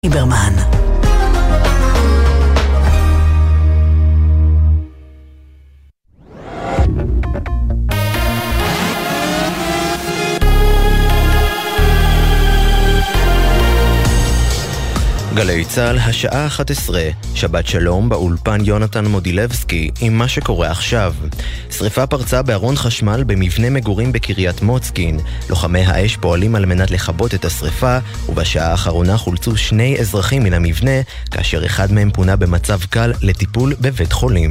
ליברמן. גלי צהל, השעה 11, שבת שלום, באולפן יונתן מודילבסקי, עם מה שקורה עכשיו. שריפה פרצה בארון חשמל במבנה מגורים בקריית מוצקין. לוחמי האש פועלים על מנת לכבות את השריפה, ובשעה האחרונה חולצו 2 אזרחים מן המבנה, כאשר אחד מהם פונה במצב קל לטיפול בבית חולים.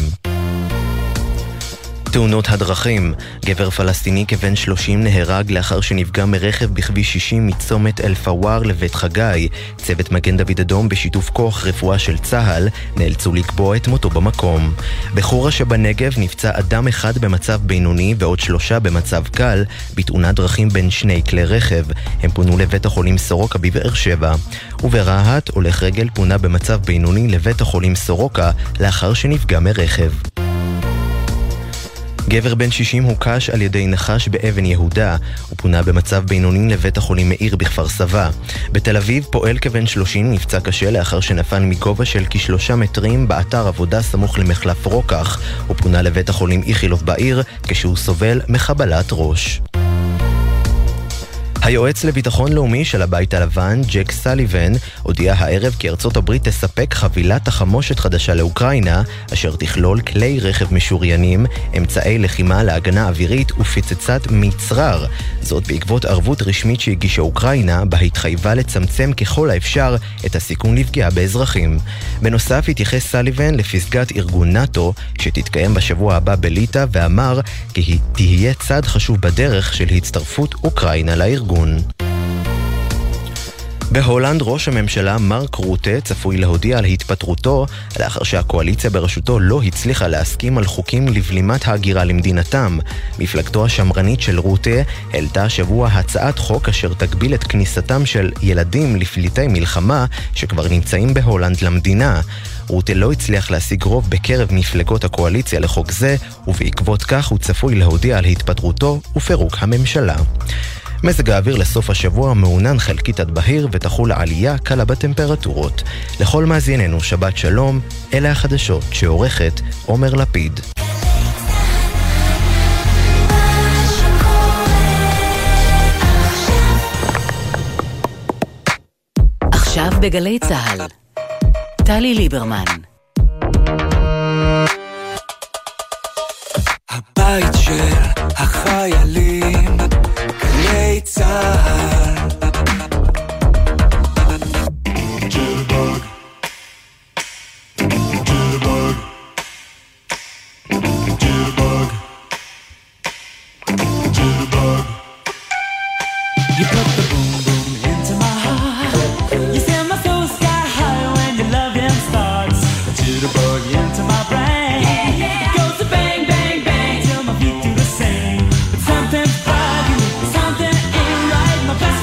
תאונות הדרכים. גבר פלסטיני כבן 30 נהרג לאחר שנפגע מרכב בכביש 60 מצומת אל-פוואר לבית חגי. צוות מגן דוד אדום בשיתוף כוח רפואה של צה"ל נאלצו לקבוע את מותו במקום. בחורה שבנגב נפצע אדם אחד במצב בינוני ועוד 3 במצב קל בתאונת דרכים בין 2 כלי רכב. הם פונו לבית החולים סורוקה בבאר שבע. וברהט הולך רגל פונה במצב בינוני לבית החולים סורוקה לאחר שנפגע מרכב. גבר בן 60 הוקש על ידי נחש באבן יהודה. הוא פונה במצב בינוני לבית החולים מאיר בכפר סבא. בתל אביב פועל כבן 30 נפצע קשה לאחר שנפל מגובה של כ3 מטרים באתר עבודה סמוך למחלף רוקח. הוא פונה לבית החולים איכילוב בעיר כשהוא סובל מחבלת ראש. היועץ לביטחון לאומי של הבית הלבן, ג'ק סליבן, הודיע הערב כי ארצות הברית תספק חבילת תחמושת חדשה לאוקראינה, אשר תכלול כלי רכב משוריינים, אמצעי לחימה להגנה אווירית ופצצת מצרר. זאת בעקבות ערבות רשמית שהגישה אוקראינה, בה התחייבה לצמצם ככל האפשר את הסיכון לפגיעה באזרחים. בנוסף התייחס סליבן לפסגת ארגון נאטו, שתתקיים בשבוע הבא בליטא, ואמר כי היא תהיה צעד חשוב בדרך של הצטרפות אוקראינה לארגון. בהולנד ראש הממשלה מרק רוטה צפוי להודיע על התפטרותו לאחר שהקואליציה בראשותו לא הצליחה להסכים על חוקים לבלימת ההגירה למדינתם. מפלגתו השמרנית של רוטה העלתה השבוע הצעת חוק אשר תגביל את כניסתם של ילדים לפליטי מלחמה שכבר נמצאים בהולנד למדינה. רוטה לא הצליח להשיג רוב בקרב מפלגות הקואליציה לחוק זה, ובעקבות כך הוא צפוי להודיע על התפטרותו ופירוק הממשלה. מזג האוויר לסוף השבוע מעונן חלקית עד בהיר ותחול עלייה קלה בטמפרטורות. לכל מאזיננו שבת שלום, אלה החדשות שעורכת עומר לפיד. עכשיו בגלי צהל, טלי ליברמן. הבית של החיילים, גלי צהל. ג'ירבוג, ג'ירבוג, ג'ירבוג, ג'ירבוג. You put the boom boom into my heart. You send my soul sky high when your loving starts. Jitterbug into my brain. It goes to bang bang bang till my feet do the same. But something's bugging, something ain't right. My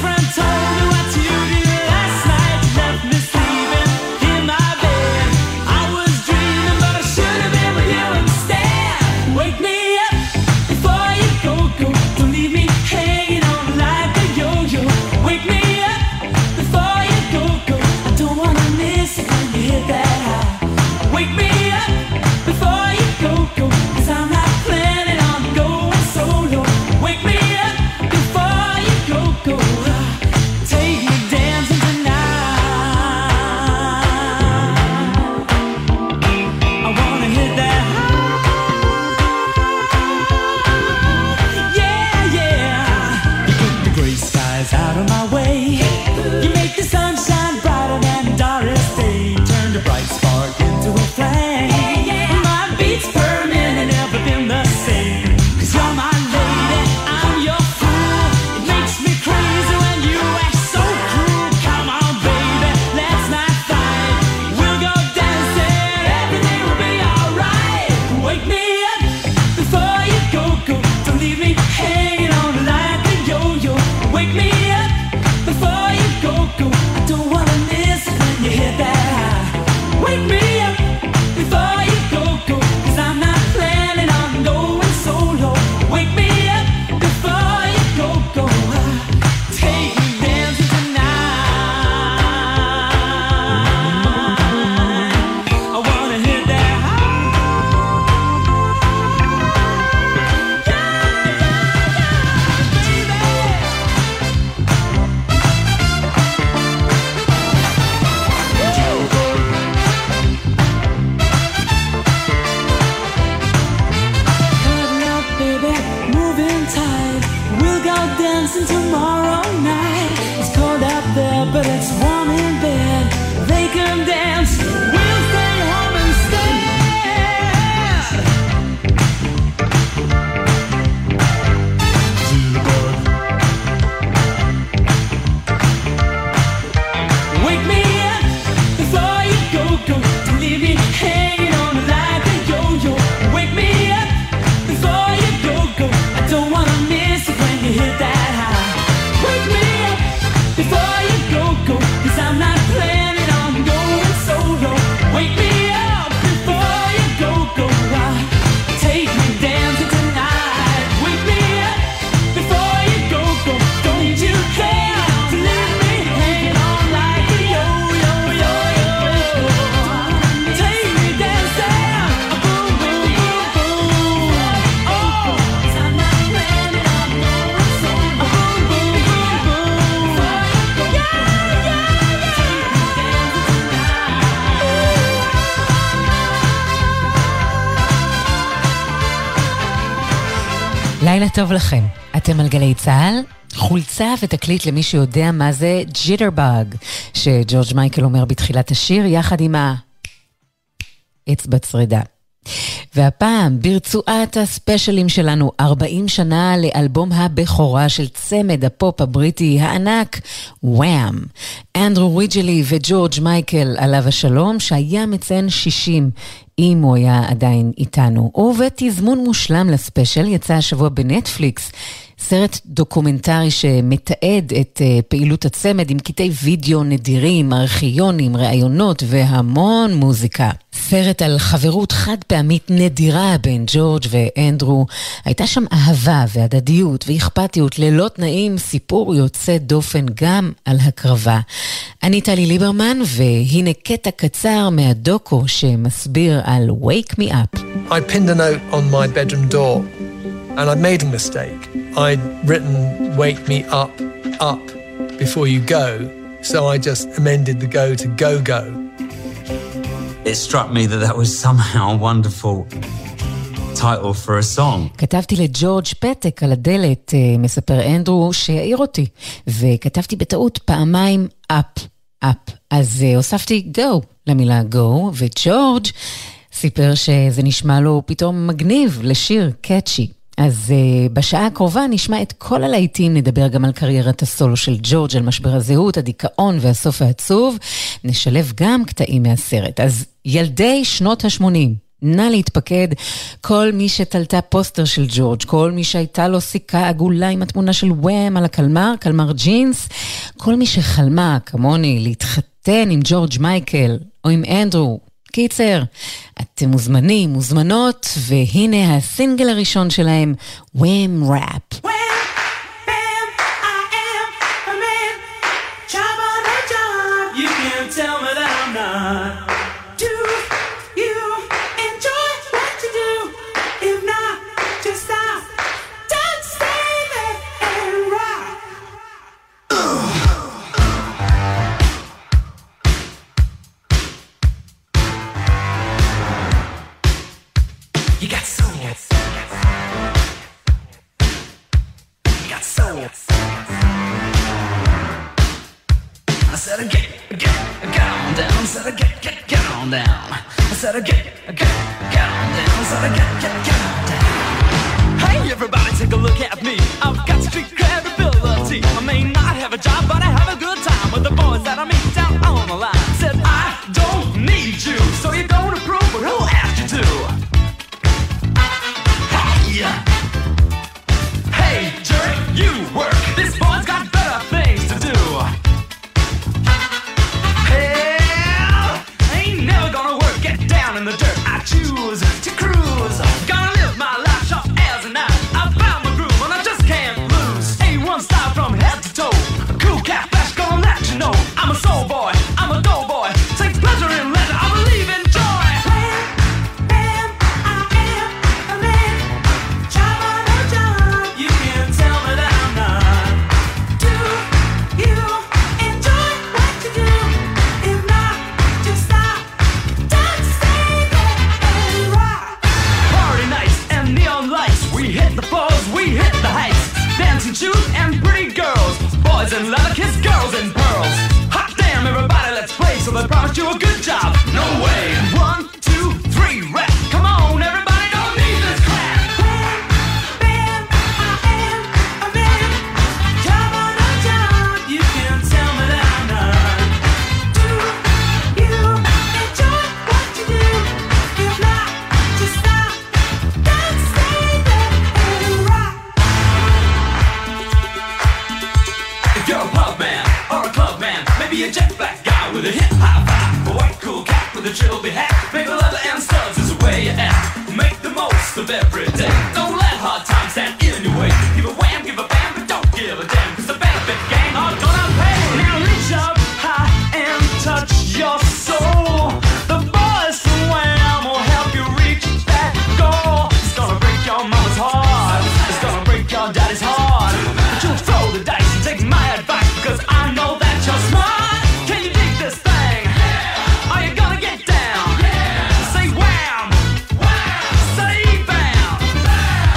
לילה טוב לכם. אתם על גלי צהל? חולצה ותקליט למי שיודע מה זה ג'יטרבאג, שג'ורג' מייקל אומר בתחילת השיר, יחד עם האצבע צרידה. והפעם ברצועת הספיישלים שלנו 40 שנה לאלבום הבכורה של צמד הפופ הבריטי הענק וואם. אנדרו ריג'לי וג'ורג' מייקל עליו השלום, שהיה מציין 60 אם הוא היה עדיין איתנו. ובתזמון מושלם לספיישל יצא השבוע בנטפליקס סרט דוקומנטרי שמתעד את פעילות הצמד עם קטעי וידאו נדירים, ארכיונים, ראיונות והמון מוזיקה. סרט על חברות חד פעמית נדירה בין ג'ורג' ואנדרו. הייתה שם אהבה והדדיות ואכפתיות ללא תנאים, סיפור יוצא דופן גם על הקרבה. אני טלי ליברמן, והנה קטע קצר מהדוקו שמסביר על Wake Me Up. I pinned a note on my bedroom door and I'd made a mistake. I'd written Wake Me Up, up before you go, so I just amended the go to go, go. It struck me that was somehow a wonderful title for a song. כתבתי לג'ורג' פתק על הדלת, מספר אנדרו, שיעיר אותי, וכתבתי בטעות פעמיים up, up. אז הוספתי go למילה go, וג'ורג' סיפר שזה נשמע לו פתאום מגניב לשיר קאצ'י. אז בשעה הקרובה נשמע את כל הלהיטים, נדבר גם על קריירת הסולו של ג'ורג', על משבר הזהות, הדיכאון והסוף העצוב, נשלב גם קטעים מהסרט. אז ילדי שנות ה-80, נא להתפקד, כל מי שתלתה פוסטר של ג'ורג', כל מי שהייתה לו סיכה עגולה עם התמונה של וואם על הקלמר, קלמר ג'ינס, כל מי שחלמה כמוני להתחתן עם ג'ורג' מייקל או עם אנדרו, קיצר, אתם מוזמנים, מוזמנות, והנה הסינגל הראשון שלהם, וואם ראפ. I said get on down, I said get on down. I said get on down, I said get on down. Hey everybody, take a look at me. I've got street credibility. I may not have a job, but I have a good time with the boys that I meet down on the line. Said I don't need you, so you don't approve, but who asked you to? Hey jerk, you work. This boy's got better things to do. In the dirt, I choose to cruise. Gonna live my life sharp as a knife. I found my groove and I just can't lose. A1 style from head to toe. A cool cat flash gonna let you know. I'm a soul boy, I'm a dough boy. Take pleasure in leisure, I believe in joy. Bam, I am a man. Job on a job, you can tell me that I'm not. Do you enjoy what you do? If not, just stop. Don't stay. We hit the floors, we hit the heights. Dancing shoes and pretty girls. Boys in leather, kiss girls in pearls. Hot damn, everybody, let's play. So they promised you a good job. No way. 1, 2, 3, rap. Come on, everybody, don't need this crap. Bam, I am a man. Job on a job, you can tell me that I'm not. Do you enjoy what you do? If not, just stop. Don't stay there and rock. If you're a pub man or a club man, maybe a jet black guy with a hip hop vibe, a white cool cat with a trilby hat, maybe leather and studs is the way you act. Make the most of every day. Don't let hard times stand in your way. Give a wham, give a bam, but don't give a damn, 'cause the benefit gang are gonna pay. Now reach up high and touch your soul. The boys from Wham will help you reach that goal. It's gonna break your mama's heart. It's gonna break your daddy's heart. But you'll throw the dice and take my advice, 'cause I know that you're smart. Can you dig this thing? Are you gonna get down? Say wham! Say bam!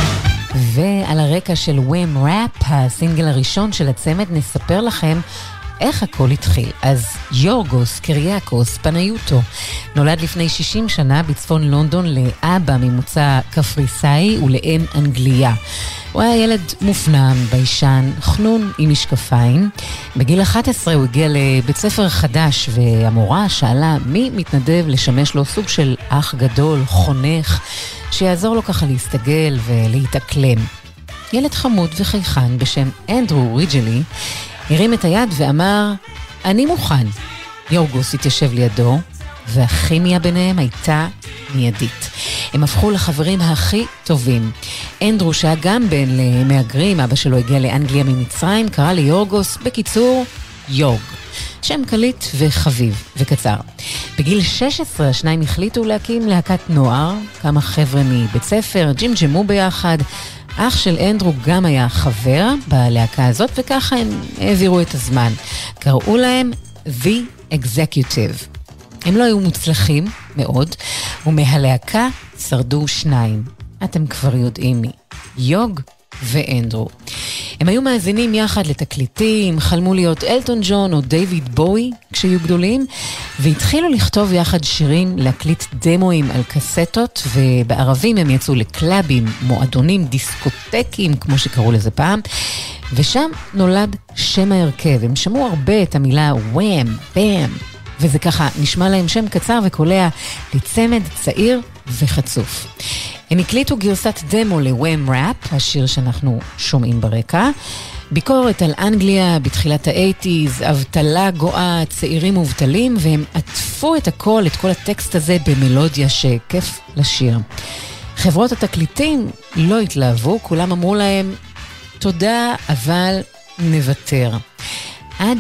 ברקע של Wham Rap, הסינגל הראשון של הצמד, נספר לכם איך הכל התחיל. אז יורגוס קריאקוס פניוטו נולד לפני 60 שנה בצפון לונדון לאבא ממוצא קפריסאי ולאם אנגליה. הוא היה ילד מופנם, ביישן, חנון עם משקפיים. בגיל 11 הוא הגיע לבית ספר חדש, והמורה שאלה מי מתנדב לשמש לו סוג של אח גדול, חונך, שיעזור לו ככה להסתגל ולהתאקלם. ילד חמוד וחייכן בשם אנדרו ריג'לי הרים את היד ואמר, אני מוכן. יורגוס התיישב לידו, והכימיה ביניהם הייתה מיידית. הם הפכו לחברים הכי טובים. אנדרו, שהיה גם בן למהגרים, אבא שלו הגיע לאנגליה ממצרים, קרא ליורגוס, בקיצור, יורג. שם קליט וחביב וקצר. בגיל 16 השניים החליטו להקים להקת נוער, כמה חבר'ה מבית ספר, ג'ימג'מו ביחד. אח של אנדרו גם היה חבר בלהקה הזאת, וככה הם העבירו את הזמן. קראו להם The Executive. הם לא היו מוצלחים מאוד, ומהלהקה שרדו שניים. אתם כבר יודעים מי. יוג ואנדרו. הם היו מאזינים יחד לתקליטים, חלמו להיות אלטון ג'ון או דיוויד בואי כשיהיו גדולים, והתחילו לכתוב יחד שירים, להקליט דמוים על קסטות, ובערבים הם יצאו לקלאבים, מועדונים, דיסקוטקים, כמו שקראו לזה פעם, ושם נולד שם ההרכב. הם שמעו הרבה את המילה וואם, באם, וזה ככה נשמע להם שם קצר וקולע לצמד צעיר וחצוף. הם הקליטו גרסת דמו ל-Wham Rap, השיר שאנחנו שומעים ברקע. ביקורת על אנגליה בתחילת ה-80s, אבטלה גואה, צעירים מובטלים, והם עטפו את הכל, את כל הטקסט הזה במלודיה שכיף לשיר. חברות התקליטים לא התלהבו, כולם אמרו להם, תודה, אבל נוותר. עד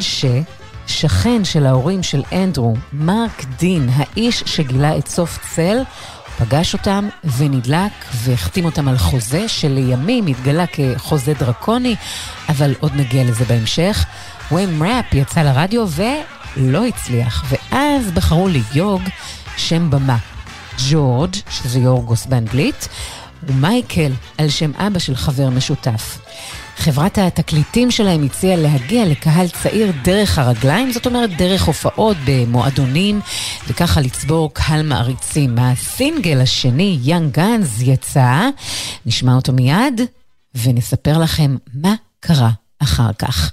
ששכן של ההורים של אנדרו, מרק דין, האיש שגילה את סוף צל, פגש אותם ונדלק והחתים אותם על חוזה שלימים התגלה כחוזה דרקוני, אבל עוד נגיע לזה בהמשך. Wham Rap יצא לרדיו ולא הצליח, ואז בחרו לי יוג שם במה. ג'ורג', שזה יורגוס באנגלית, ומייקל על שם אבא של חבר משותף. חברת התקליטים שלהם הציעה להגיע לקהל צעיר דרך הרגליים, זאת אומרת דרך הופעות במועדונים, וככה לצבור קהל מעריצים. הסינגל השני, Young Guns, יצא, נשמע אותו מיד, ונספר לכם מה קרה אחר כך.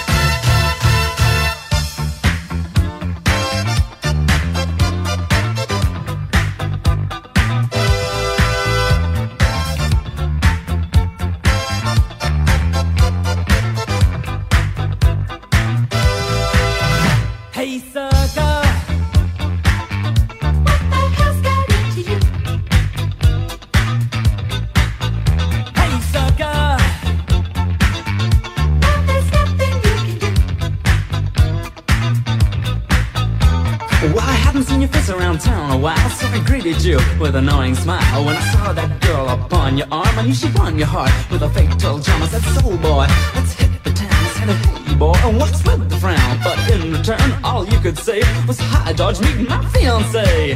You with an annoying smile. When I saw that girl upon your arm, I knew she won your heart with a fatal charm. I said, soul boy, let's hit the town. I said, hey boy, and what's with the frown? But in return, all you could say was, hi George, meet my fiancé.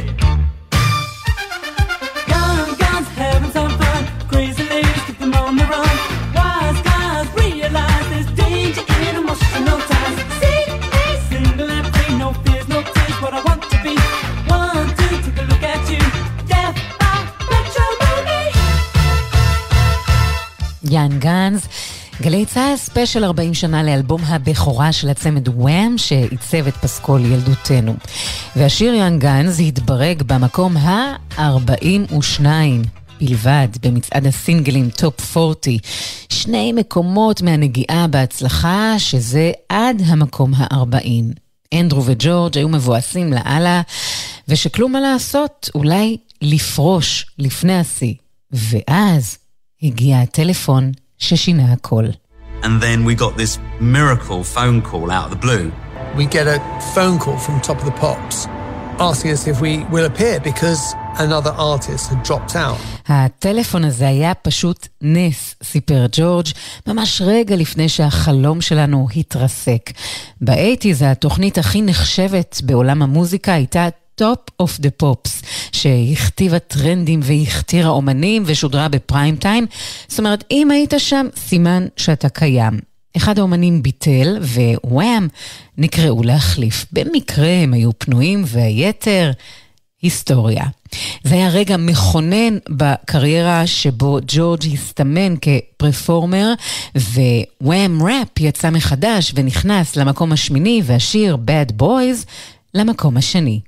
Young guns having some fun, crazy ladies keep them on the run. Wise guys realize there's danger in emotional ties. See me single and free, no fears, no tears, what I want to be. Young Guns, גלי צהל ספיישל 40 שנה לאלבום הבכורה של הצמד וואם שעיצב את פסקול ילדותנו. והשיר Young Guns התברג במקום ה-42 בלבד במצעד הסינגלים טופ 40. 2 מקומות מהנגיעה בהצלחה שזה עד המקום ה-40. אנדרו וג'ורג' היו מבואסים לאללה ושקלו מה לעשות, אולי לפרוש לפני השיא. ואז הגיע הטלפון ששינה הכל. And then we got this miracle phone call out of the blue. We get a phone call from Top of the Pops asking us if we will appear because another artist had dropped out. הטלפון הזה היה פשוט נס, סיפר ג'ורג', ממש רגע לפני שהחלום שלנו התרסק. ב-80s התוכנית הכי נחשבת בעולם המוזיקה הייתה Top of the Pops, שהכתיבה טרנדים והכתירה אומנים ושודרה בפריים טיים. זאת אומרת, אם היית שם, סימן שאתה קיים. אחד האומנים ביטל ווואם נקראו להחליף. במקרה הם היו פנויים והיתר היסטוריה. זה היה רגע מכונן בקריירה שבו ג'ורג' הסתמן כפרפורמר, ווואם ראפ יצא מחדש ונכנס למקום השמיני, והשיר Bad Boys למקום השני.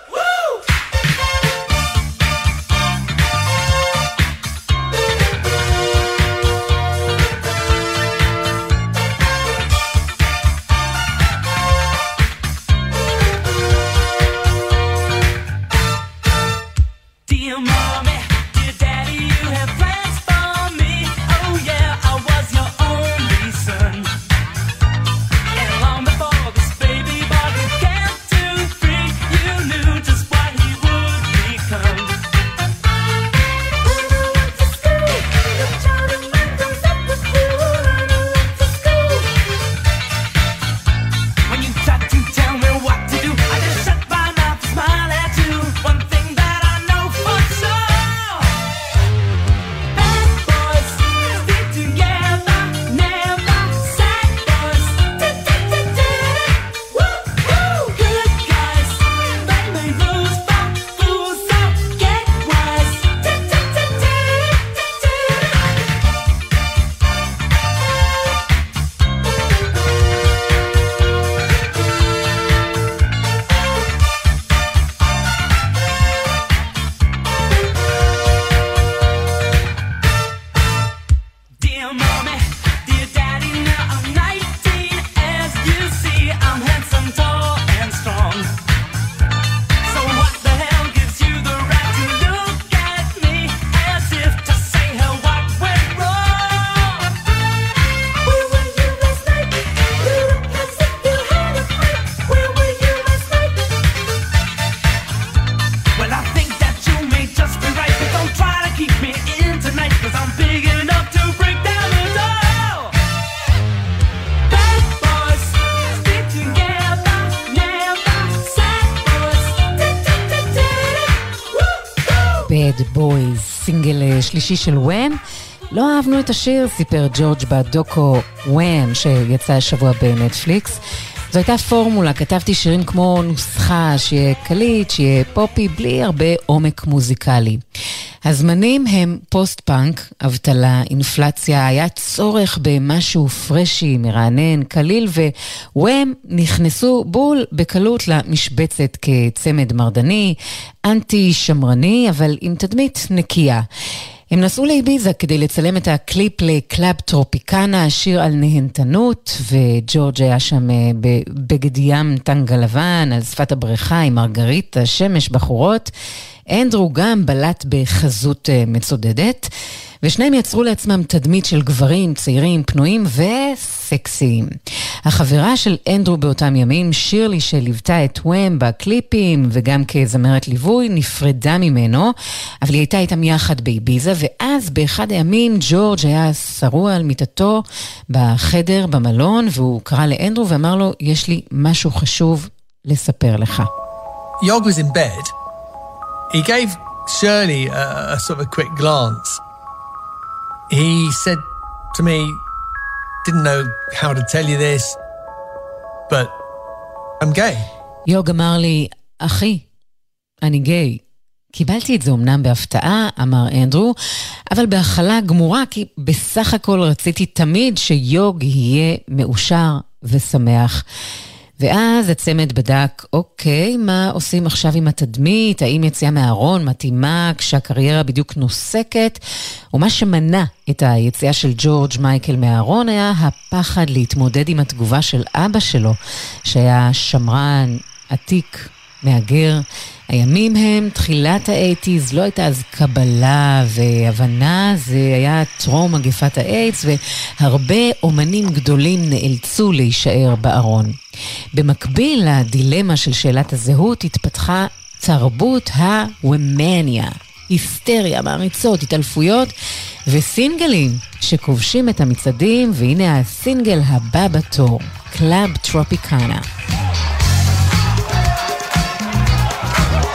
Bad Boys, סינגל שלישי של וואם. לא אהבנו את השיר, סיפר ג'ורג' בדוקו וואם שיצא השבוע בנטפליקס. זו הייתה פורמולה, כתבתי שירים כמו נוסחה, שיהיה קליט, שיהיה פופי, בלי הרבה עומק מוזיקלי. הזמנים הם פוסט-פאנק, אבטלה, אינפלציה, היה צורך במשהו פרשי, מרענן, קליל, ווואם נכנסו בול בקלות למשבצת כצמד מרדני, אנטי שמרני, אבל עם תדמית נקייה. הם נסעו לאביזה כדי לצלם את הקליפ לקלאב טרופיקנה, השיר על נהנתנות, וג'ורג' היה שם בבגד ים טנגה לבן, על שפת הבריכה עם מרגריטה, שמש, בחורות. אנדרו גם בלט בחזות מצודדת, ושניהם יצרו לעצמם תדמית של גברים, צעירים, פנויים וסקסיים. החברה של אנדרו באותם ימים, שירלי שליוותה את וואם בקליפים וגם כזמרת ליווי, נפרדה ממנו, אבל היא הייתה איתם יחד באביזה, ואז באחד הימים ג'ורג' היה שרוע על מיטתו בחדר במלון, והוא קרא לאנדרו ואמר לו, יש לי משהו חשוב לספר לך. Yog was in bed. He gave Shirley a sort of a quick glance. He said to me, didn't know how to tell you this, but I'm gay. יוג אמר לי, אחי, אני גיי. קיבלתי את זה אמנם בהפתעה, אמר אנדרו, אבל בהחלה גמורה, כי בסך הכל רציתי תמיד שיוג יהיה מאושר ושמח. ואז הצמד בדק, אוקיי, מה עושים עכשיו עם התדמית? האם יציאה מהארון מתאימה כשהקריירה בדיוק נוסקת? ומה שמנע את היציאה של ג'ורג' מייקל מהארון היה הפחד להתמודד עם התגובה של אבא שלו, שהיה שמרן, עתיק, מהגר. הימים הם תחילת ה-80s, לא הייתה אז קבלה והבנה, זה היה טרום מגפת האיידס, והרבה אומנים גדולים נאלצו להישאר בארון. במקביל לדילמה של שאלת הזהות התפתחה תרבות הוומניה, היסטריה, מעריצות, התעלפויות וסינגלים שכובשים את המצעדים, והנה הסינגל הבא בתור, קלאב טרופיקנה.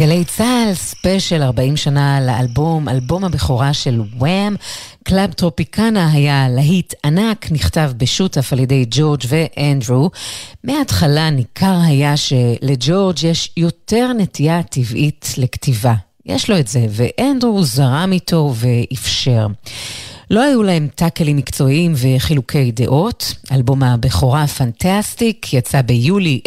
בגלי צהל, ספיישל 40 שנה לאלבום, אלבום הבכורה של וואם. קלאב טרופיקנה היה להיט ענק, נכתב בשותף על ידי ג'ורג' ואנדרו. מההתחלה ניכר היה שלג'ורג' יש יותר נטייה טבעית לכתיבה. יש לו את זה, ואנדרו זרם איתו ואפשר. לא היו להם טאקלים מקצועיים וחילוקי דעות. אלבום הבכורה פנטסטיק יצא ביולי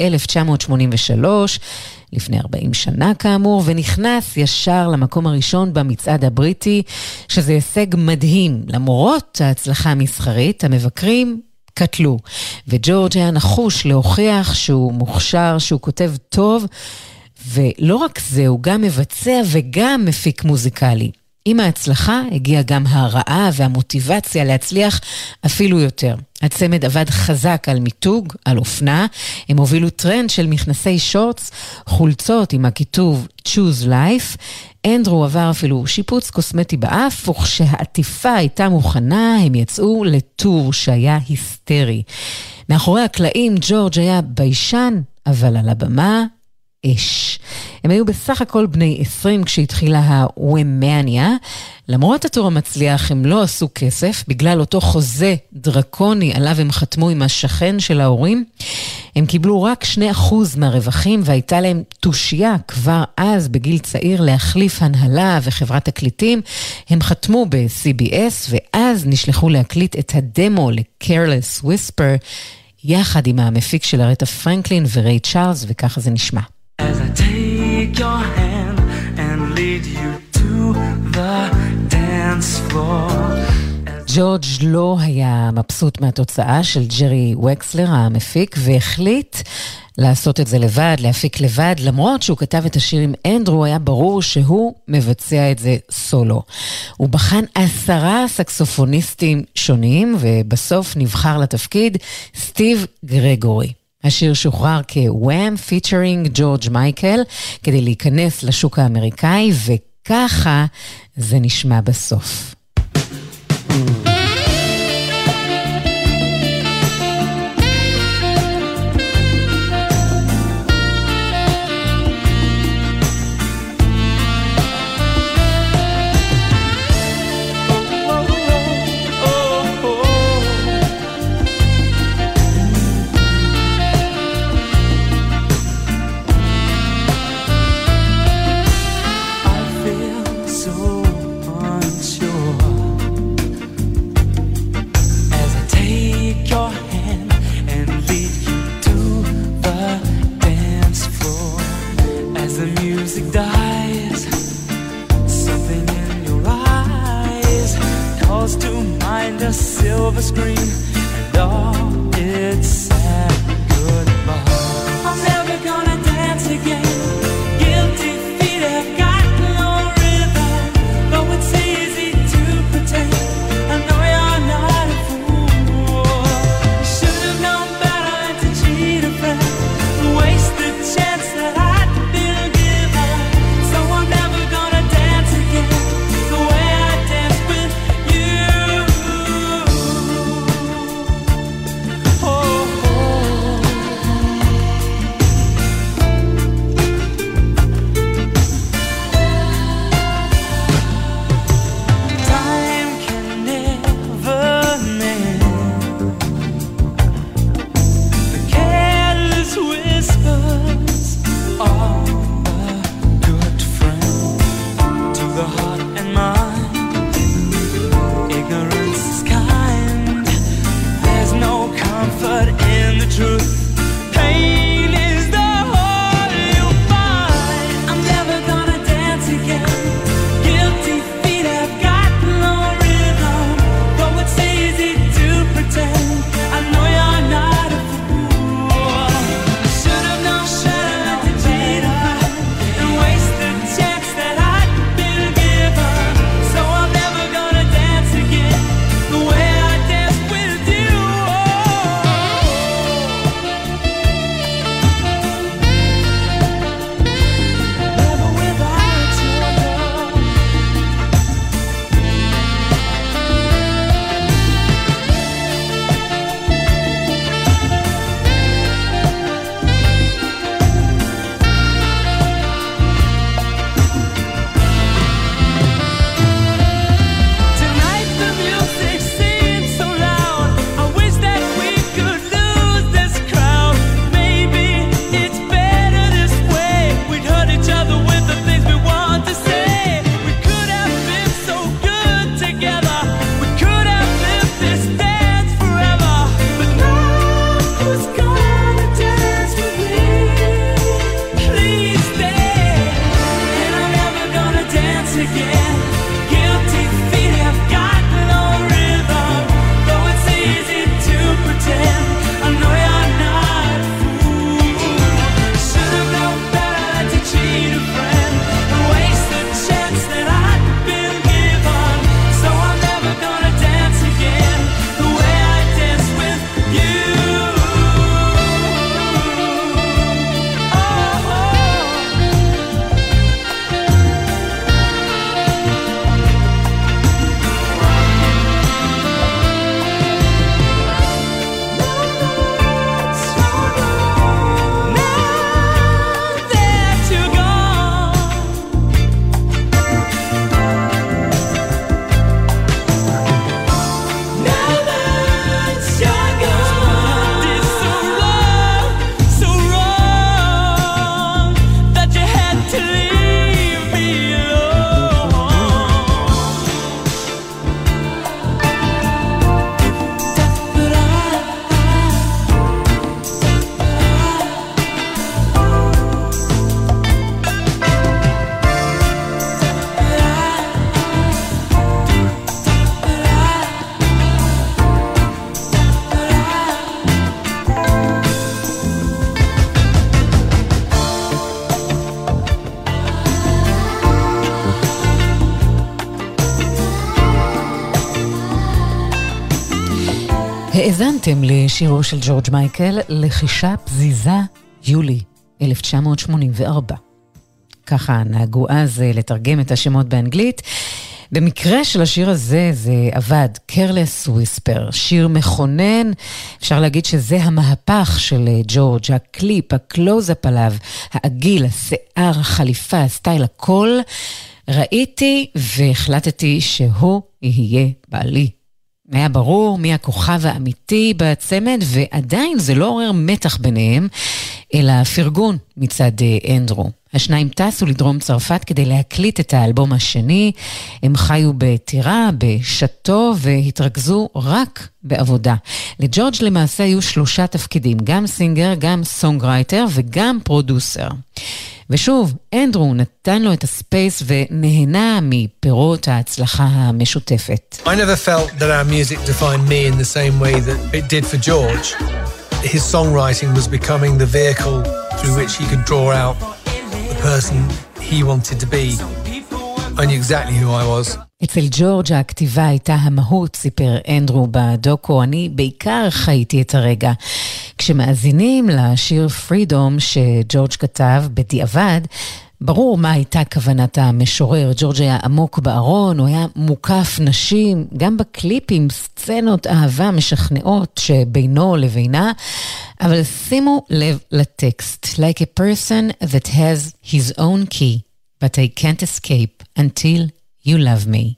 1983, לפני 40 שנה כאמור, ונכנס ישר למקום הראשון במצעד הבריטי, שזה הישג מדהים. למרות ההצלחה המסחרית, המבקרים קטלו. וג'ורג' היה נחוש להוכיח שהוא מוכשר, שהוא כותב טוב, ולא רק זה, הוא גם מבצע וגם מפיק מוזיקלי. עם ההצלחה הגיעה גם ההרעה והמוטיבציה להצליח אפילו יותר. הצמד עבד חזק על מיתוג, על אופנה. הם הובילו טרנד של מכנסי שורטס, חולצות עם הכיתוב Choose Life. אנדרו עבר אפילו שיפוץ קוסמטי באף, וכשהעטיפה הייתה מוכנה, הם יצאו לטור שהיה היסטרי. מאחורי הקלעים ג'ורג' היה ביישן, אבל על הבמה אש. הם היו בסך הכל בני 20 כשהתחילה הוומניה. למרות הטור המצליח הם לא עשו כסף, בגלל אותו חוזה דרקוני עליו הם חתמו עם השכן של ההורים. הם קיבלו רק 2% מהרווחים, והייתה להם תושייה כבר אז בגיל צעיר להחליף הנהלה וחברת תקליטים. הם חתמו ב-CBS ואז נשלחו להקליט את הדמו ל-Careless Whisper יחד עם המפיק של ארתה פרנקלין וריי צ'ארלס, וככה זה נשמע. As I take your hand and lead you to the dance floor. ג'ורג' לא היה מבסוט מהתוצאה של ג'רי וקסלר המפיק, והחליט לעשות את זה לבד, להפיק לבד, למרות שהוא כתב את השיר עם אנדרו, היה ברור שהוא מבצע את זה סולו. הוא בחן 10 סקסופוניסטים שונים, ובסוף נבחר לתפקיד סטיב גרגורי. השיר שוחרר כוואם פיצ'רינג ג'ורג' מייקל, כדי להיכנס לשוק האמריקאי, וככה זה נשמע בסוף. Silver screen and all its sad goodbye. I'm never gonna dance again. Guilty feet have got no rhythm. Though it's easy to pretend, I know you're not a fool. You should have known better than to cheat a friend, waste the chance that I'd been given. So I'm never gonna dance again the way I danced with you. האזנתם לשירו של ג'ורג' מייקל, לחישה פזיזה, יולי 1984. ככה נהגו אז לתרגם את השמות באנגלית. במקרה של השיר הזה זה עבד, Careless Whisper, שיר מכונן, אפשר להגיד שזה המהפך של ג'ורג', הקליפ, הקלוז-אפ עליו, העגיל, השיער, החליפה, הסטייל, הכל. ראיתי והחלטתי שהוא יהיה בעלי. היה ברור מי הכוכב האמיתי בצמד, ועדיין זה לא עורר מתח ביניהם, אלא פרגון מצד אנדרו. השניים טסו לדרום צרפת כדי להקליט את האלבום השני, הם חיו בטירה, בשטו, והתרכזו רק בעבודה. לג'ורג' למעשה היו 3 תפקידים, גם סינגר, גם סונגרייטר וגם פרודוסר. ושוב, אנדרו נתן לו את הספייס ונהנה מפירות ההצלחה המשותפת. I never felt that our music defined me in the same way that it did for George. His songwriting was becoming the vehicle through which he could draw out the person he wanted to be. I knew exactly who I was. אצל ג'ורג' הכתיבה הייתה המהות, סיפר אנדרו בדוקו. אני בעיקר חייתי את הרגע. כשמאזינים לשיר פרידום שג'ורג' כתב בדיעבד, ברור מה הייתה כוונת המשורר. ג'ורג' היה עמוק בארון, הוא היה מוקף נשים, גם בקליפים, סצנות אהבה משכנעות שבינו לבינה, אבל שימו לב לטקסט. Like a person that has his own key, but I can't escape until you love me.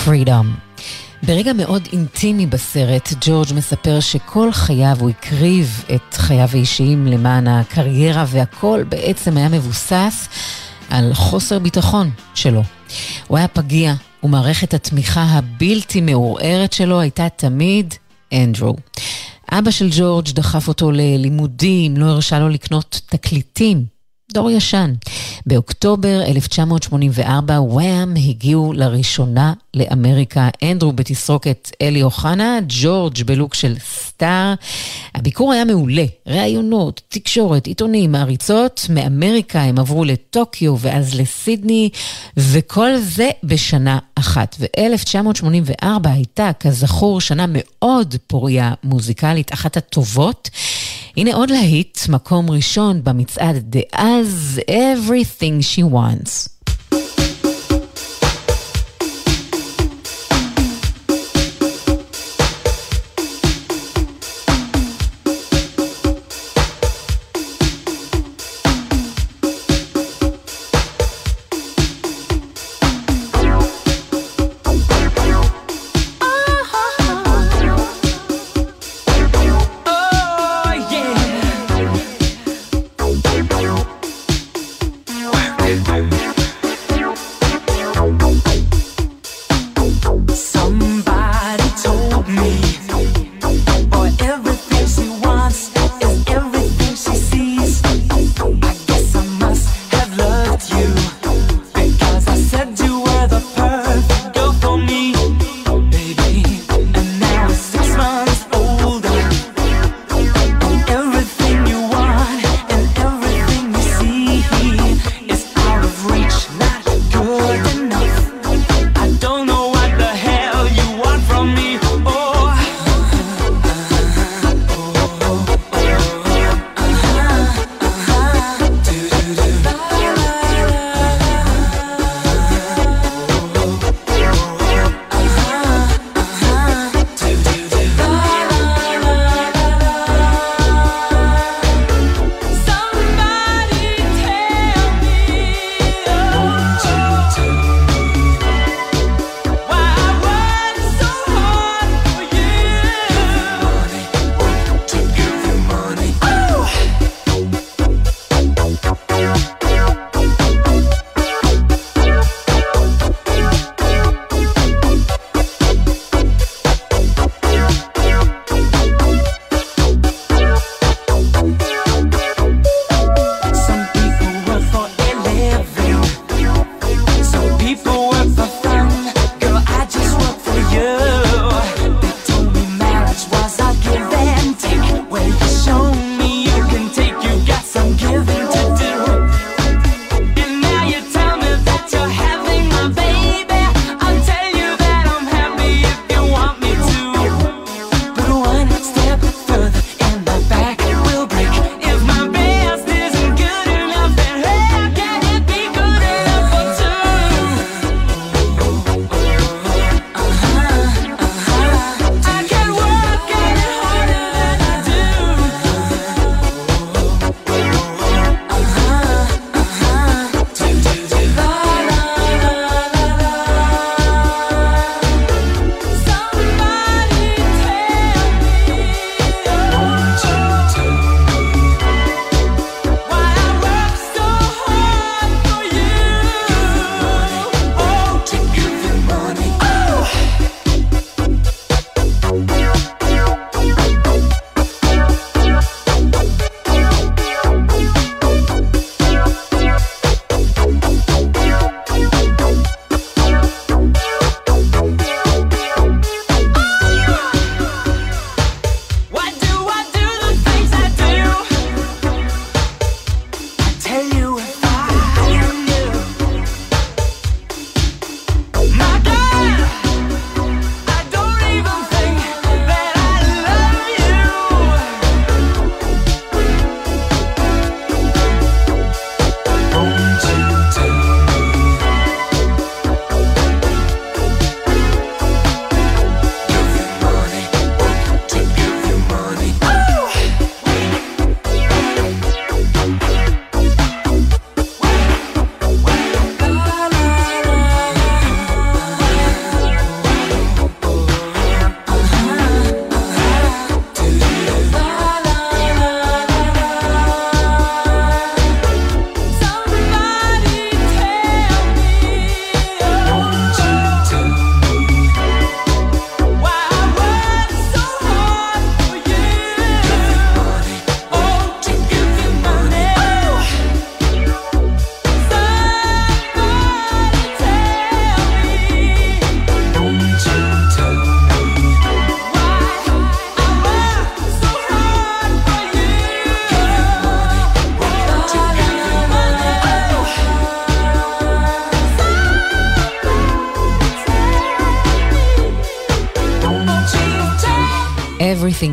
Freedom. ברגע מאוד אינטימי בסרט, ג'ורג' מספר שכל חייו הוא הקריב את חייו האישיים למען הקריירה, והכל בעצם היה מבוסס על חוסר ביטחון שלו. הוא היה פגיע, ומערכת התמיכה הבלתי מעורערת שלו הייתה תמיד אנדרו. אבא של ג'ורג' דחף אותו ללימודים, לא הרשה לו לקנות תקליטים. דור ישן. באוקטובר 1984 וואם הגיעו לראשונה לאמריקה. אנדרו בתסרוקת אלי אוחנה, ג'ורג' בלוק של סטאר. הביקור היה מעולה. ראיונות, תקשורת, עיתונים, מעריצות. מאמריקה הם עברו לטוקיו ואז לסידני, וכל זה בשנה אחת. ו-1984 הייתה, כזכור, שנה מאוד פוריה מוזיקלית, אחת הטובות. הנה עוד להיט, מקום ראשון במצעד דאז, Everything She Wants. Reach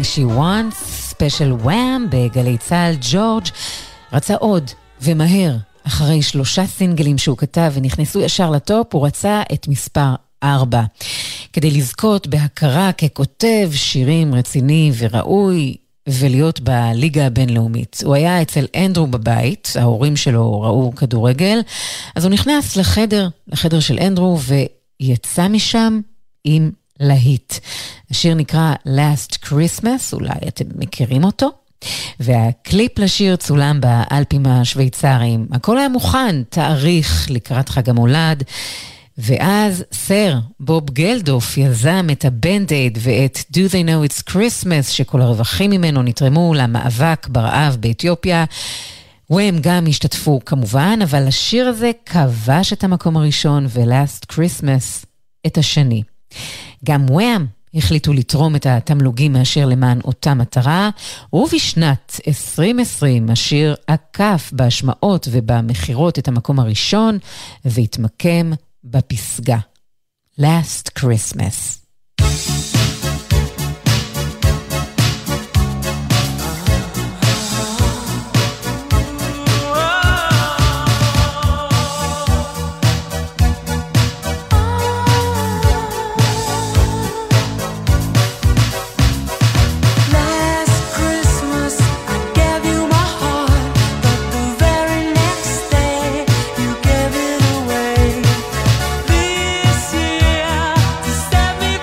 She Wants, ספיישל וואם בגלי צהל. ג'ורג' רצה עוד ומהר. אחרי 3 סינגלים שהוא כתב ונכנסו ישר לטופ, הוא רצה את מספר 4. כדי לזכות בהכרה ככותב שירים רציני וראוי ולהיות בליגה הבינלאומית. הוא היה אצל אנדרו בבית, ההורים שלו ראו כדורגל, אז הוא נכנס לחדר של אנדרו ויצא משם עם להיט. השיר נקרא Last Christmas, אולי אתם מכירים אותו? והקליפ לשיר צולם באלפים השוויצריים. הכל היה מוכן, תאריך לקראת חג המולד, ואז סר בוב גלדוף יזם את הבנד-אייד ואת Do They Know It's Christmas, שכל הרווחים ממנו נתרמו למאבק ברעב באתיופיה. והם גם השתתפו כמובן, אבל השיר הזה כבש את המקום הראשון ו-Last Christmas את השני. גם והם החליטו לתרום את התמלוגים מהשיר למען אותה מטרה, ובשנת 2020 השיר עקף בהשמעות ובמחירות את המקום הראשון, והתמקם בפסגה. Last Christmas. Set me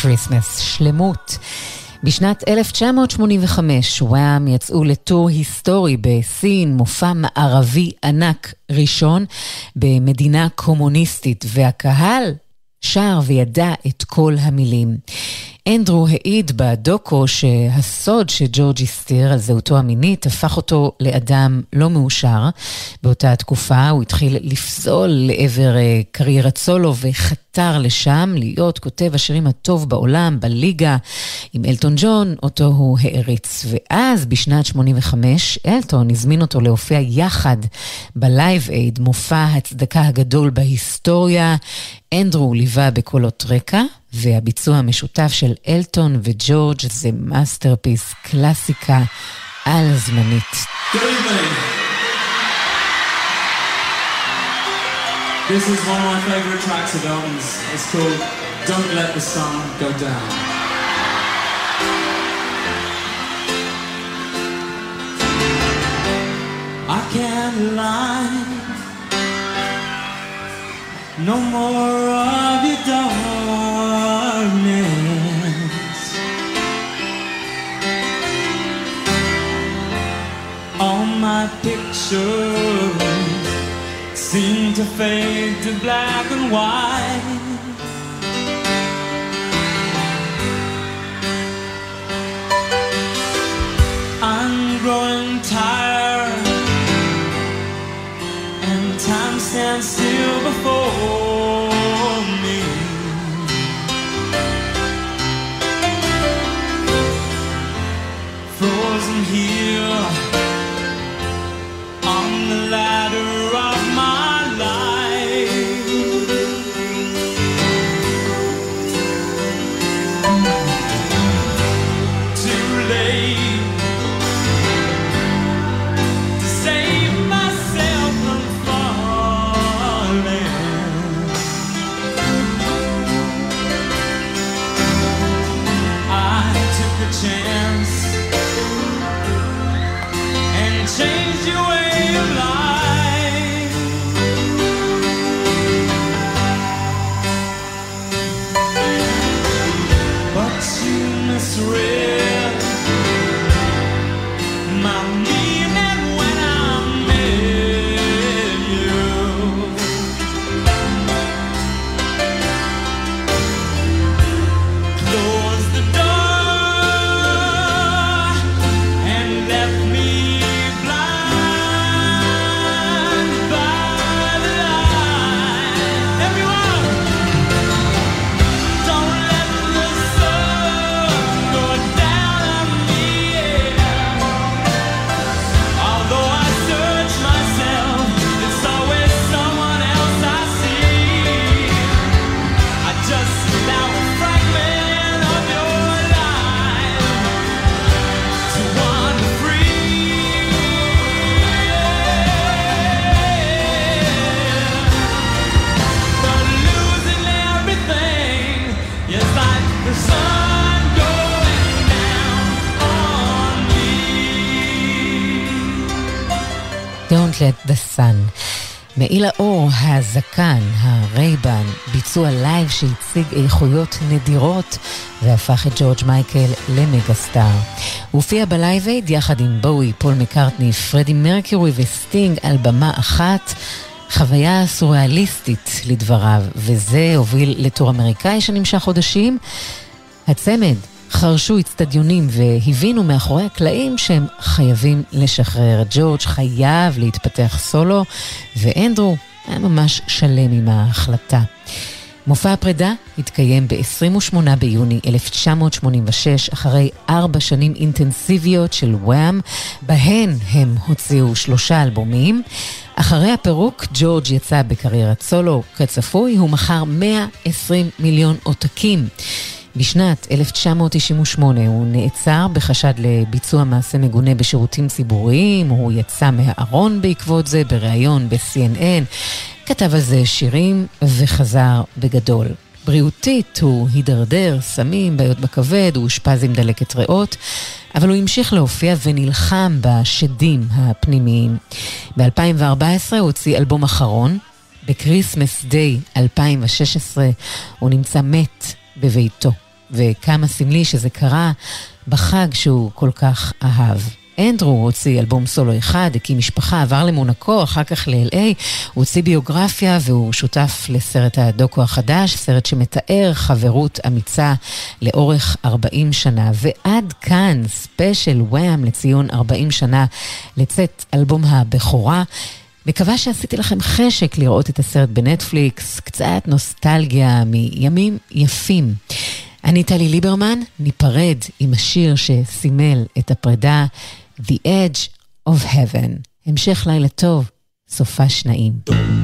Christmas, שלמות. בשנת 1985 וואם יצאו לטור היסטורי בסין, מופע מערבי ענק ראשון במדינה קומוניסטית, והקהל שר וידע את כל המילים. אנדרו העיד בדוקו שהסוד שג'ורג' הסתיר על זהותו המינית הפך אותו לאדם לא מאושר. באותה התקופה הוא התחיל לפזול לעבר קריירת סולו וחתר לשם להיות כותב השירים הטוב בעולם, בליגה, עם אלטון ג'ון, אותו הוא העריץ. ואז בשנת 85 אלטון הזמין אותו להופיע יחד בלייב אייד, מופע הצדקה הגדול בהיסטוריה. אנדרו ליווה בקולות רקע, והביצוע המשותף של אלטון וג'ורג' זה מאסטרפיס, קלאסיקה על זמנית. Good evening. This is one of my favorite tracks of Elton's. It's called Don't Let the Sun Go Down. I can't lie, no more of your darkness. All my pictures seem to fade to black and white. I'm growing tired, and time stands still before me. Frozen here on the ladder of my life. Too late to save myself from falling. I took a chance and changed your way of life. But you misread my meaning when I met you. Close the door and left me blind by the light. Everyone, don't let the sun go down on me. Although I search myself, it's always someone else I see. I just now a fragment of your life to wander free. But losing everything is like the sun going down on me. Don't let the sun. מעיל האור, הזקן, הרייבן, ביצוע לייב שהציג איכויות נדירות והפך את ג'ורג' מייקל למגסטאר. הוא הופיע בלייב אייד יחד עם בואי, פול מקארטני, פרדי מרקיורי וסטינג על במה אחת. חוויה סוריאליסטית לדבריו, וזה הוביל לטור אמריקאי שנמשך חודשים. הצמד חרשו אצטדיונים והבינו מאחורי הקלעים שהם חייבים לשחרר. ג'ורג' חייב להתפתח סולו, ואנדרו היה ממש שלם עם ההחלטה. מופע הפרידה התקיים ב-28 ביוני 1986, אחרי 4 שנים אינטנסיביות של וואם, בהן הם הוציאו 3 אלבומים. אחרי הפירוק, ג'ורג' יצא בקריירת סולו. כצפוי, הוא מכר 120 מיליון עותקים. בשנת 1998 הוא נעצר בחשד לביצוע מעשה מגונה בשירותים ציבוריים. הוא יצא מהארון בעקבות זה בריאיון ב-CNN, כתב על זה שירים וחזר בגדול. בריאותית הוא הידרדר, סמים, בעיות בכבד, הוא אושפז עם דלקת ריאות, אבל הוא המשיך להופיע ונלחם בשדים הפנימיים. ב-2014 הוא הוציא אלבום אחרון. בקריסמס דיי 2016 הוא נמצא מת בביתו. וכמה סמלי שזה קרה בחג שהוא כל כך אהב. אנדרו הוציא אלבום סולו אחד, הקים משפחה, עבר למונקו, אחר כך ל-LA, הוא הוציא ביוגרפיה והוא שותף לסרט הדוקו החדש, סרט שמתאר חברות אמיצה לאורך 40 שנה. ועד כאן ספיישל וואם לציון 40 שנה לצאת אלבום הבכורה. מקווה שעשיתי לכם חשק לראות את הסרט בנטפליקס, קצת נוסטלגיה מימים יפים. אני טלי ליברמן, ניפרד עם השיר שסימל את הפרידה, The Edge of Heaven. המשך לילה טוב, סופה שנעים.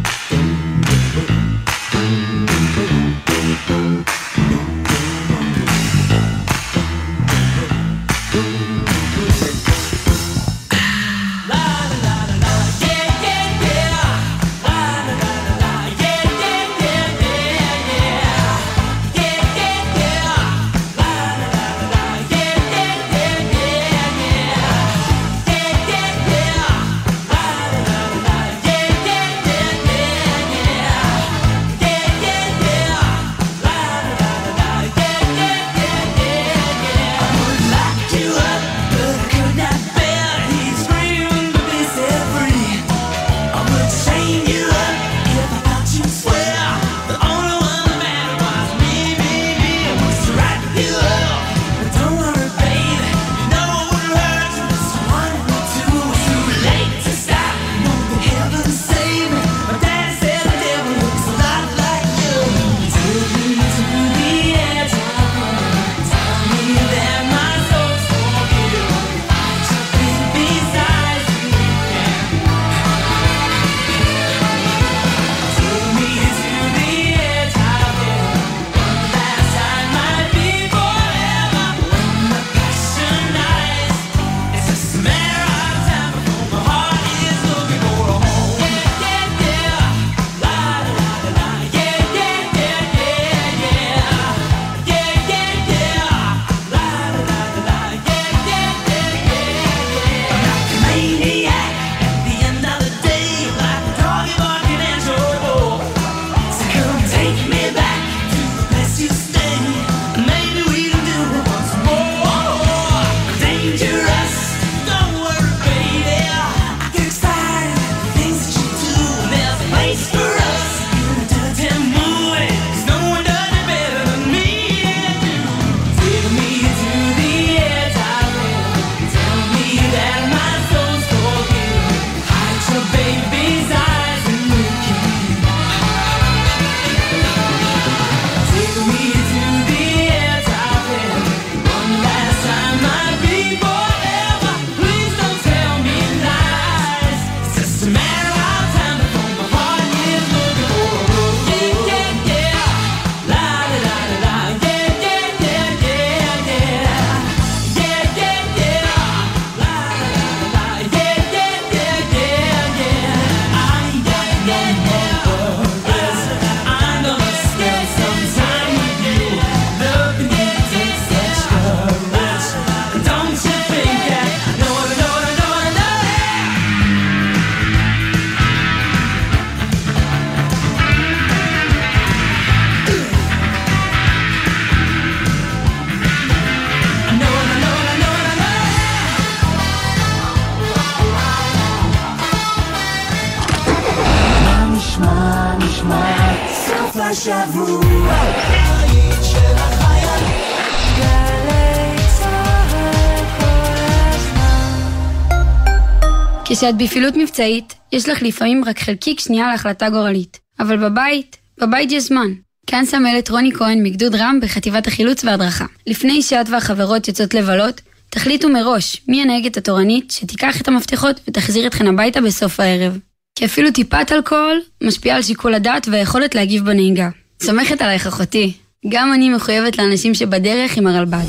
השבוע היית של החייל גלי צהל כל הזמן. כשאת בפעילות מבצעית, יש לך לפעמים רק חלקיק שנייה להחלטה גורלית. אבל בבית יש זמן. כאן סמלת רוני כהן מגדוד רם בחטיבת החילוץ והדרכה. לפני שאת והחברות יוצאות לבלות, תחליטו מראש מי הנהגת התורנית שתיקח את המפתחות ותחזיר אתכן הביתה בסוף הערב. כי אפילו טיפת אלכוהול משפיעה על שיקול הדעת והיכולת להגיב בנהיגה. סומכת עלייך אחותי. גם אני מחויבת לאנשים שבדרך עם הרלב"ד.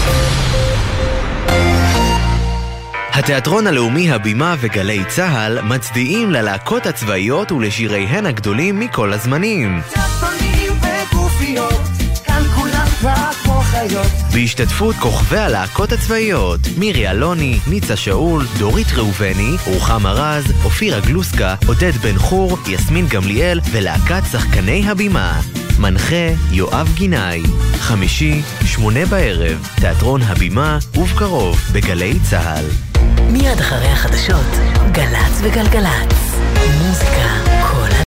התיאטרון הלאומי, הבימה וגלי צהל מצדיעים ללהקות הצבאיות ולשיריהן הגדולים מכל הזמנים. צפונים וגופיות, כאן כולם כבר כמו חיות. בהשתתפות כוכבי הלהקות הצבאיות, מירי אלוני, ניצה שאול, דורית ראובני, רוחמה רז, אופירה גלוסקה, עודד בן חור, יסמין גמליאל ולהקת שחקני הבימה. מנחה יואב גינאי. חמישי, 8:00, תיאטרון הבימה, ובקרוב בגלי צהל. מיד אחרי החדשות, גלץ וגלגלץ. מוזיקה כל